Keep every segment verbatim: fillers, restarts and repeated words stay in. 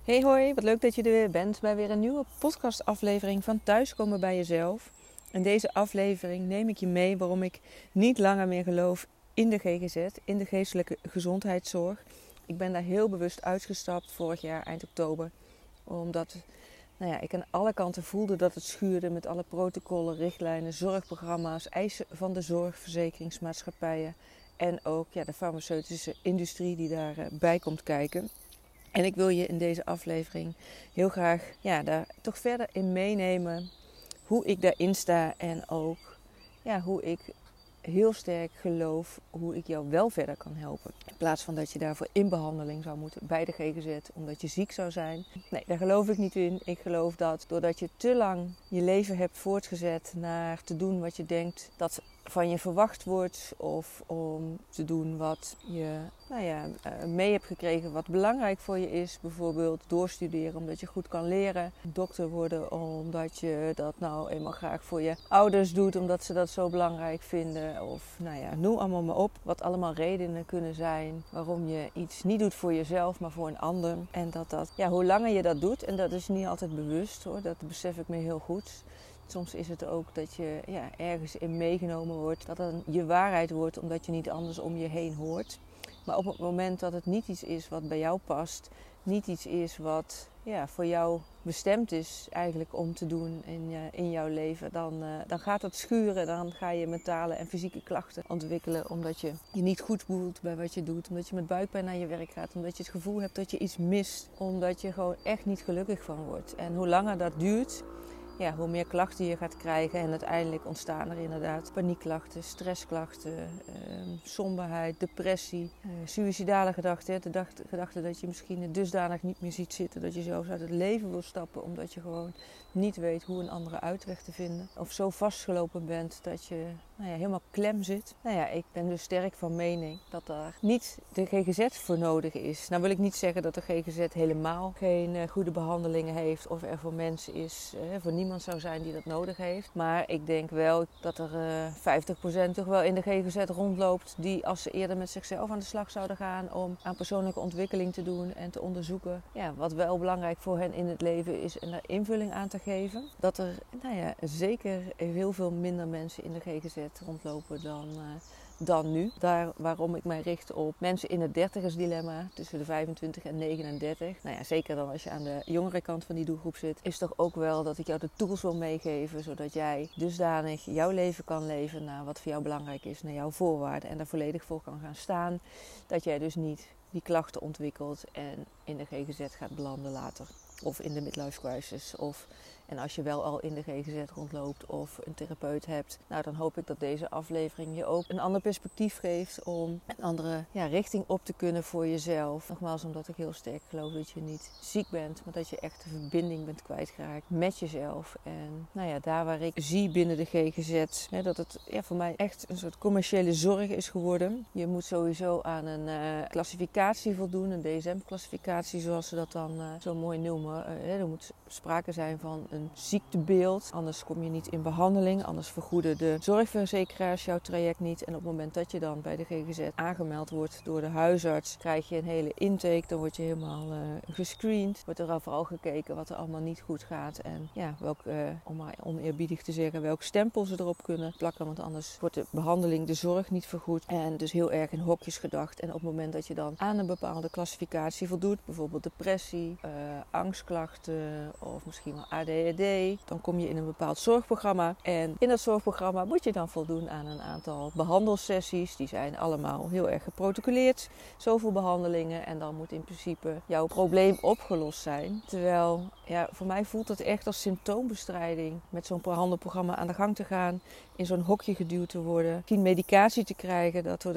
Hey hoi, wat leuk dat je er weer bent bij weer een nieuwe podcastaflevering van Thuiskomen bij Jezelf. In deze aflevering neem ik je mee waarom ik niet langer meer geloof in de G G Z, in de geestelijke gezondheidszorg. Ik ben daar heel bewust uitgestapt vorig jaar, eind oktober. Omdat nou ja, ik aan alle kanten voelde dat het schuurde met alle protocollen, richtlijnen, zorgprogramma's, eisen van de zorgverzekeringsmaatschappijen. En ook ja, de farmaceutische industrie die daarbij komt kijken. En ik wil je in deze aflevering heel graag ja, daar toch verder in meenemen hoe ik daarin sta en ook ja, hoe ik heel sterk geloof hoe ik jou wel verder kan helpen. In plaats van dat je daarvoor in behandeling zou moeten bij de G G Z omdat je ziek zou zijn. Nee, daar geloof ik niet in. Ik geloof dat doordat je te lang je leven hebt voortgezet naar te doen wat je denkt dat van je verwacht wordt, of om te doen wat je nou ja, mee hebt gekregen wat belangrijk voor je is. Bijvoorbeeld doorstuderen omdat je goed kan leren. Dokter worden omdat je dat nou eenmaal graag voor je ouders doet omdat ze dat zo belangrijk vinden. Of nou ja, noem allemaal maar op. Wat allemaal redenen kunnen zijn waarom je iets niet doet voor jezelf, maar voor een ander. En dat dat, ja, hoe langer je dat doet, en dat is niet altijd bewust hoor, dat besef ik me heel goed. Soms is het ook dat je ja, ergens in meegenomen wordt, dat het je waarheid wordt omdat je niet anders om je heen hoort. Maar op het moment dat het niet iets is wat bij jou past, niet iets is wat ja, voor jou bestemd is eigenlijk om te doen in, uh, in jouw leven, dan, uh, dan gaat dat schuren. Dan ga je mentale en fysieke klachten ontwikkelen omdat je je niet goed voelt bij wat je doet. Omdat je met buikpijn naar je werk gaat, omdat je het gevoel hebt dat je iets mist. Omdat je gewoon echt niet gelukkig van wordt. En hoe langer dat duurt, ja, hoe meer klachten je gaat krijgen. En uiteindelijk ontstaan er inderdaad paniekklachten, stressklachten, eh, somberheid, depressie, eh, suïcidale gedachten. De dacht, gedachte dat je misschien dusdanig niet meer ziet zitten dat je zelfs uit het leven wil stappen omdat je gewoon niet weet hoe een andere uitweg te vinden. Of zo vastgelopen bent dat je nou ja, helemaal klem zit. Nou ja, ik ben dus sterk van mening dat daar niet de G G Z voor nodig is. Nou wil ik niet zeggen dat de G G Z helemaal geen uh, goede behandelingen heeft of er voor mensen is, uh, voor niemand zou zijn die dat nodig heeft. Maar ik denk wel dat er uh, vijftig procent toch wel in de G G Z rondloopt die als ze eerder met zichzelf aan de slag zouden gaan om aan persoonlijke ontwikkeling te doen en te onderzoeken ja, wat wel belangrijk voor hen in het leven is en daar invulling aan te geven. Dat er nou ja, zeker heel veel minder mensen in de G G Z rondlopen dan, uh, dan nu. Daar waarom ik mij richt op mensen in het dertigersdilemma tussen de vijfentwintig en negenendertig. Nou ja, zeker dan als je aan de jongere kant van die doelgroep zit, is toch ook wel dat ik jou de tools wil meegeven zodat jij dusdanig jouw leven kan leven naar wat voor jou belangrijk is, naar jouw voorwaarden en daar volledig voor kan gaan staan. Dat jij dus niet die klachten ontwikkelt en in de G G Z gaat belanden later. Of in de midlife crisis. Of, en als je wel al in de G G Z rondloopt of een therapeut hebt. Nou, dan hoop ik dat deze aflevering je ook een ander perspectief geeft om een andere ja, richting op te kunnen voor jezelf. Nogmaals, omdat ik heel sterk geloof dat je niet ziek bent, maar dat je echt de verbinding bent kwijtgeraakt met jezelf. En nou ja, daar waar ik zie binnen de G G Z, hè, dat het ja, voor mij echt een soort commerciële zorg is geworden. Je moet sowieso aan een uh, klassificatie voldoen, een D S M-klassificatie zoals ze dat dan uh, zo mooi noemen. Uh, er moet sprake zijn van een ziektebeeld, anders kom je niet in behandeling, anders vergoeden de zorgverzekeraars jouw traject niet. En op het moment dat je dan bij de G G Z aangemeld wordt door de huisarts, krijg je een hele intake, dan word je helemaal uh, gescreend. Wordt er al vooral gekeken wat er allemaal niet goed gaat en ja, welk, uh, om maar oneerbiedig te zeggen, welk stempel ze erop kunnen plakken, want anders wordt de behandeling, de zorg niet vergoed. En dus heel erg in hokjes gedacht. En op het moment dat je dan aan een bepaalde klassificatie voldoet, bijvoorbeeld depressie, uh, angstklachten of misschien wel A D H D, dan kom je in een bepaald zorgprogramma. En in dat zorgprogramma moet je dan voldoen aan een aantal behandelsessies. Die zijn allemaal heel erg geprotocoleerd. Zoveel behandelingen en dan moet in principe jouw probleem opgelost zijn. Terwijl, ja, voor mij voelt het echt als symptoombestrijding. Met zo'n behandelprogramma aan de gang te gaan, in zo'n hokje geduwd te worden. Misschien medicatie te krijgen, dat door de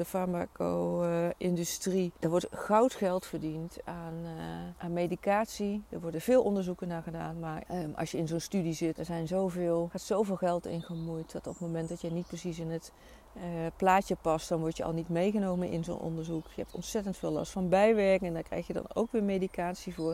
farmaco-industrie. Er wordt goudgeld verdiend aan, uh, aan medicatie. Er worden veel onderzoeken naar gedaan. Maar um, als je in zo'n studie zit, er zijn zoveel, gaat zoveel geld in gemoeid. Dat op het moment dat je niet precies in het uh, plaatje past, dan word je al niet meegenomen in zo'n onderzoek. Je hebt ontzettend veel last van bijwerkingen en daar krijg je dan ook weer medicatie voor.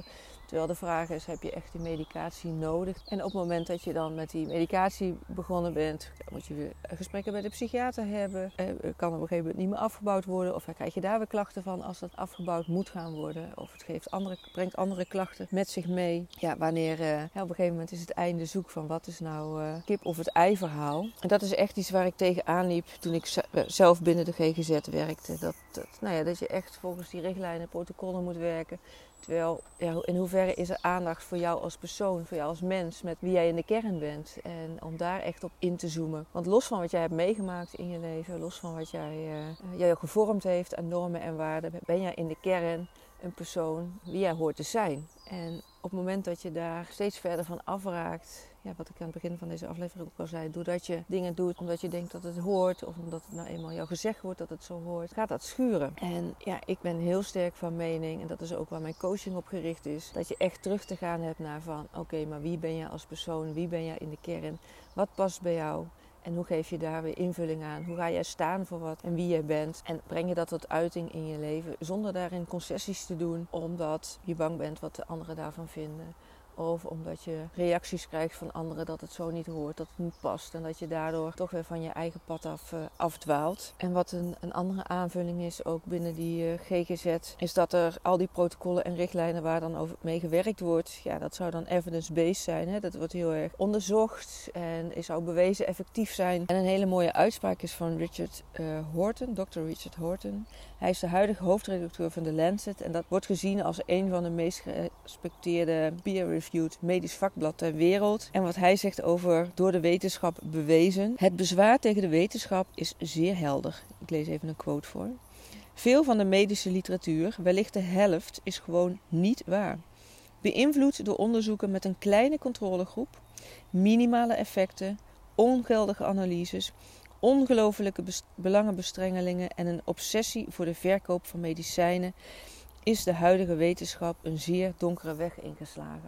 Terwijl de vraag is, heb je echt die medicatie nodig? En op het moment dat je dan met die medicatie begonnen bent, moet je weer gesprekken bij de psychiater hebben. Eh, kan op een gegeven moment niet meer afgebouwd worden. Of dan krijg je daar weer klachten van als dat afgebouwd moet gaan worden. Of het geeft andere, brengt andere klachten met zich mee. Ja, wanneer eh, ja, op een gegeven moment is het einde zoek van wat is nou uh, kip of het ei verhaal. En dat is echt iets waar ik tegenaan liep toen ik zelf binnen de G G Z werkte. Dat, dat, nou ja, dat je echt volgens die richtlijnen en protocollen moet werken. Terwijl, ja, in hoeverre is er aandacht voor jou als persoon, voor jou als mens, met wie jij in de kern bent. En om daar echt op in te zoomen. Want los van wat jij hebt meegemaakt in je leven, los van wat jij, uh, jou gevormd heeft aan normen en waarden, ben jij in de kern een persoon wie jij hoort te zijn. En op het moment dat je daar steeds verder van afraakt, ja, wat ik aan het begin van deze aflevering ook al zei, doordat je dingen doet omdat je denkt dat het hoort, of omdat het nou eenmaal jou gezegd wordt dat het zo hoort, gaat dat schuren. En ja, ik ben heel sterk van mening, en dat is ook waar mijn coaching op gericht is, dat je echt terug te gaan hebt naar van, oké, okay, maar wie ben jij als persoon, wie ben jij in de kern, wat past bij jou? En hoe geef je daar weer invulling aan? Hoe ga jij staan voor wat en wie jij bent? En breng je dat tot uiting in je leven zonder daarin concessies te doen, omdat je bang bent wat de anderen daarvan vinden. Of omdat je reacties krijgt van anderen dat het zo niet hoort, dat het niet past. En dat je daardoor toch weer van je eigen pad af, uh, afdwaalt. En wat een, een andere aanvulling is, ook binnen die uh, G G Z, is dat er al die protocollen en richtlijnen waar dan over mee gewerkt wordt, ja, dat zou dan evidence-based zijn. Hè? Dat wordt heel erg onderzocht en is zou bewezen effectief zijn. En een hele mooie uitspraak is van Richard uh, Horton, dokter Richard Horton. Hij is de huidige hoofdredacteur van The Lancet en dat wordt gezien als een van de meest gerespecteerde peer-reviewed medisch vakblad ter wereld. En wat hij zegt over door de wetenschap bewezen. Het bezwaar tegen de wetenschap is zeer helder. Ik lees even een quote voor. Veel van de medische literatuur, wellicht de helft, is gewoon niet waar. Beïnvloed door onderzoeken met een kleine controlegroep, minimale effecten, ongeldige analyses, ongelofelijke best- belangenbestrengelingen en een obsessie voor de verkoop van medicijnen, is de huidige wetenschap een zeer donkere weg ingeslagen.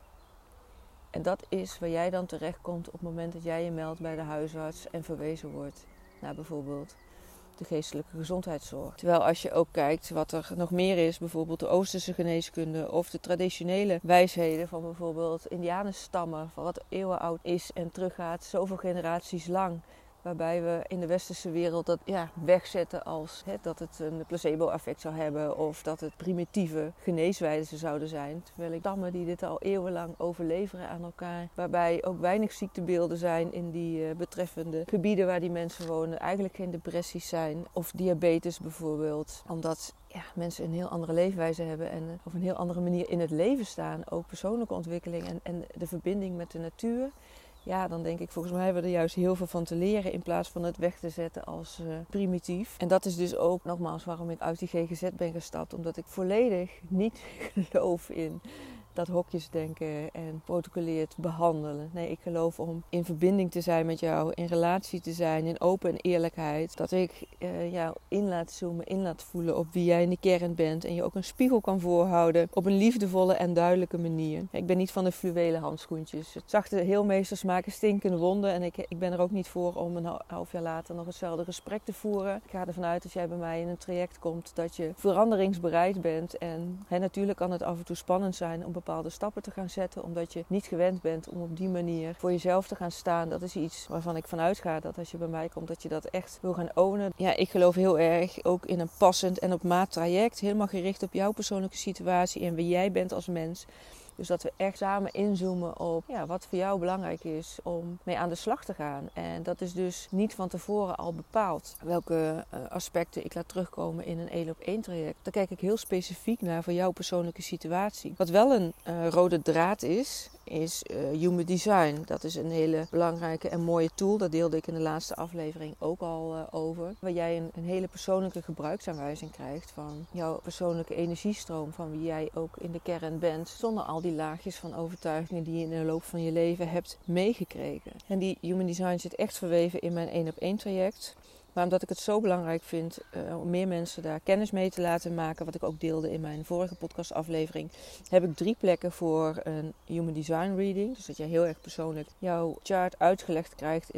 En dat is waar jij dan terechtkomt op het moment dat jij je meldt bij de huisarts en verwezen wordt naar bijvoorbeeld de geestelijke gezondheidszorg. Terwijl als je ook kijkt wat er nog meer is, bijvoorbeeld de Oosterse geneeskunde of de traditionele wijsheden van bijvoorbeeld Indianenstammen, van wat eeuwenoud is en teruggaat, zoveel generaties lang. Waarbij we in de westerse wereld dat ja, wegzetten als hè, dat het een placebo-effect zou hebben of dat het primitieve geneeswijzen zouden zijn. Terwijl ik stammen die dit al eeuwenlang overleveren aan elkaar. Waarbij ook weinig ziektebeelden zijn in die uh, betreffende gebieden waar die mensen wonen. Eigenlijk geen depressies zijn of diabetes bijvoorbeeld. Omdat ja, mensen een heel andere leefwijze hebben en uh, op een heel andere manier in het leven staan. Ook persoonlijke ontwikkeling en, en de verbinding met de natuur. Ja, dan denk ik, volgens mij hebben we er juist heel veel van te leren in plaats van het weg te zetten als uh, primitief. En dat is dus ook nogmaals waarom ik uit die G G Z ben gestapt. Omdat ik volledig niet geloof in dat hokjesdenken en protocoleerd behandelen. Nee, ik geloof om in verbinding te zijn met jou, in relatie te zijn, in open en eerlijkheid. Dat ik uh, jou in laat zoomen, in laat voelen op wie jij in de kern bent. En je ook een spiegel kan voorhouden op een liefdevolle en duidelijke manier. Ik ben niet van de fluwelen handschoentjes. Het zachte heelmeesters maken stinkende wonden. En ik, ik ben er ook niet voor om een half jaar later nog hetzelfde gesprek te voeren. Ik ga ervan uit dat jij bij mij in een traject komt dat je veranderingsbereid bent. En hè, natuurlijk kan het af en toe spannend zijn om bepaalde stappen te gaan zetten, omdat je niet gewend bent om op die manier voor jezelf te gaan staan. Dat is iets waarvan ik vanuit ga dat als je bij mij komt, dat je dat echt wil gaan ownen. Ja, ik geloof heel erg ook in een passend en op maat traject, helemaal gericht op jouw persoonlijke situatie en wie jij bent als mens. Dus dat we echt samen inzoomen op ja, wat voor jou belangrijk is om mee aan de slag te gaan. En dat is dus niet van tevoren al bepaald welke uh, aspecten ik laat terugkomen in een één op één traject. Daar kijk ik heel specifiek naar voor jouw persoonlijke situatie. Wat wel een uh, rode draad is, is uh, Human Design. Dat is een hele belangrijke en mooie tool. Dat deelde ik in de laatste aflevering ook al uh, over. Waar jij een, een hele persoonlijke gebruiksaanwijzing krijgt van jouw persoonlijke energiestroom. Van wie jij ook in de kern bent. Zonder al die laagjes van overtuigingen die je in de loop van je leven hebt meegekregen. En die Human Design zit echt verweven in mijn één op één traject. Maar omdat ik het zo belangrijk vind uh, om meer mensen daar kennis mee te laten maken, wat ik ook deelde in mijn vorige podcastaflevering, heb ik drie plekken voor een Human Design reading. Dus dat je heel erg persoonlijk jouw chart uitgelegd krijgt in een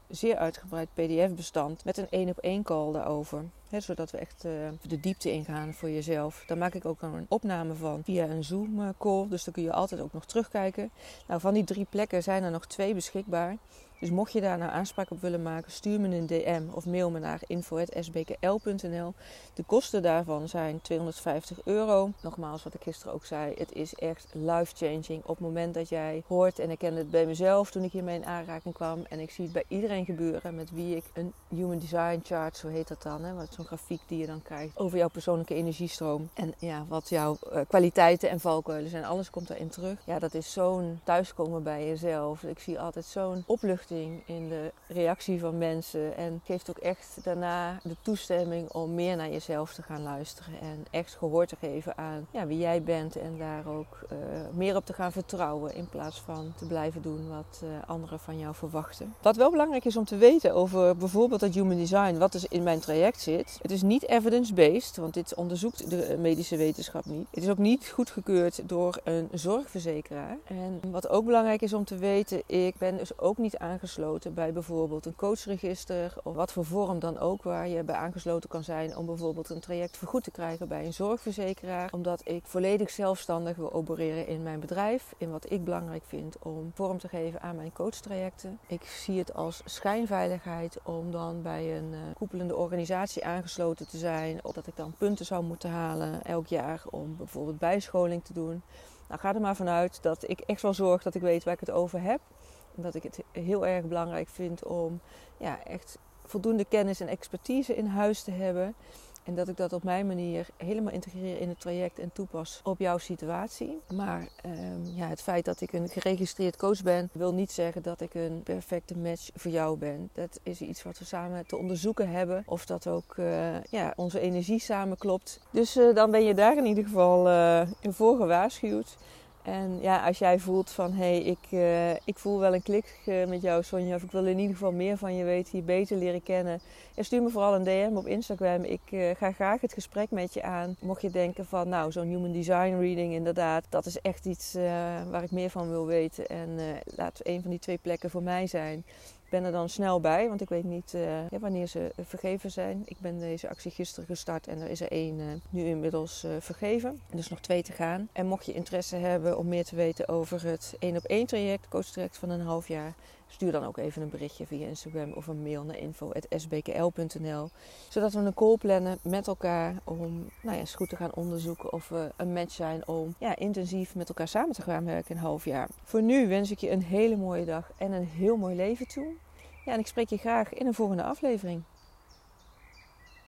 zeer uitgebreid P D F-bestand met een één op één call daarover. He, zodat we echt uh, de diepte ingaan voor jezelf. Daar maak ik ook een opname van via een Zoom-call. Dus dan kun je altijd ook nog terugkijken. Nou, van die drie plekken zijn er nog twee beschikbaar. Dus mocht je daar nou aanspraak op willen maken, stuur me een D M of mail me naar info at s b k l punt n l. De kosten daarvan zijn tweehonderdvijftig euro. Nogmaals, wat ik gisteren ook zei, het is echt life-changing. Op het moment dat jij hoort, en ik ken het bij mezelf toen ik hiermee in aanraking kwam. En ik zie het bij iedereen gebeuren met wie ik een Human Design Chart, zo heet dat dan. Hè, zo'n grafiek die je dan krijgt over jouw persoonlijke energiestroom. En ja, wat jouw uh, kwaliteiten en valkuilen zijn. Alles komt daarin terug. Ja, dat is zo'n thuiskomen bij jezelf. Ik zie altijd zo'n opluchting in de reactie van mensen en geeft ook echt daarna de toestemming om meer naar jezelf te gaan luisteren en echt gehoor te geven aan ja, wie jij bent en daar ook uh, meer op te gaan vertrouwen in plaats van te blijven doen wat uh, anderen van jou verwachten. Wat wel belangrijk is om te weten over bijvoorbeeld dat Human Design, wat dus in mijn traject zit. Het is niet evidence-based, want dit onderzoekt de medische wetenschap niet. Het is ook niet goedgekeurd door een zorgverzekeraar. En wat ook belangrijk is om te weten, ik ben dus ook niet aangesloten aangesloten bij bijvoorbeeld een coachregister of wat voor vorm dan ook waar je bij aangesloten kan zijn om bijvoorbeeld een traject vergoed te krijgen bij een zorgverzekeraar. Omdat ik volledig zelfstandig wil opereren in mijn bedrijf, in wat ik belangrijk vind om vorm te geven aan mijn coachtrajecten. Ik zie het als schijnveiligheid om dan bij een uh, koepelende organisatie aangesloten te zijn, of dat ik dan punten zou moeten halen elk jaar om bijvoorbeeld bijscholing te doen. Nou, ga er maar vanuit dat ik echt wel zorg dat ik weet waar ik het over heb. Dat ik het heel erg belangrijk vind om ja, echt voldoende kennis en expertise in huis te hebben. En dat ik dat op mijn manier helemaal integreer in het traject en toepas op jouw situatie. Maar um, ja, het feit dat ik een geregistreerd coach ben, wil niet zeggen dat ik een perfecte match voor jou ben. Dat is iets wat we samen te onderzoeken hebben. Of dat ook uh, ja, onze energie samen klopt. Dus uh, dan ben je daar in ieder geval uh, in voor gewaarschuwd. En ja, als jij voelt van, hé, hey, ik, uh, ik voel wel een klik uh, met jou, Sonja. Of ik wil in ieder geval meer van je weten, je beter leren kennen. En stuur me vooral een D M op Instagram. Ik uh, ga graag het gesprek met je aan. Mocht je denken van, nou, zo'n Human Design reading inderdaad. Dat is echt iets uh, waar ik meer van wil weten. En uh, laat een van die twee plekken voor mij zijn. Ik ben er dan snel bij, want ik weet niet uh, ja, wanneer ze uh, vergeven zijn. Ik ben deze actie gisteren gestart en er is er één uh, nu inmiddels uh, vergeven. Dus nog twee te gaan. En mocht je interesse hebben om meer te weten over het één op één traject, coachtraject van een half jaar, stuur dan ook even een berichtje via Instagram of een mail naar info at s b k l punt n l. Zodat we een call plannen met elkaar om nou ja, eens goed te gaan onderzoeken of we een match zijn om ja, intensief met elkaar samen te gaan werken een half jaar. Voor nu wens ik je een hele mooie dag en een heel mooi leven toe. Ja, en ik spreek je graag in een volgende aflevering.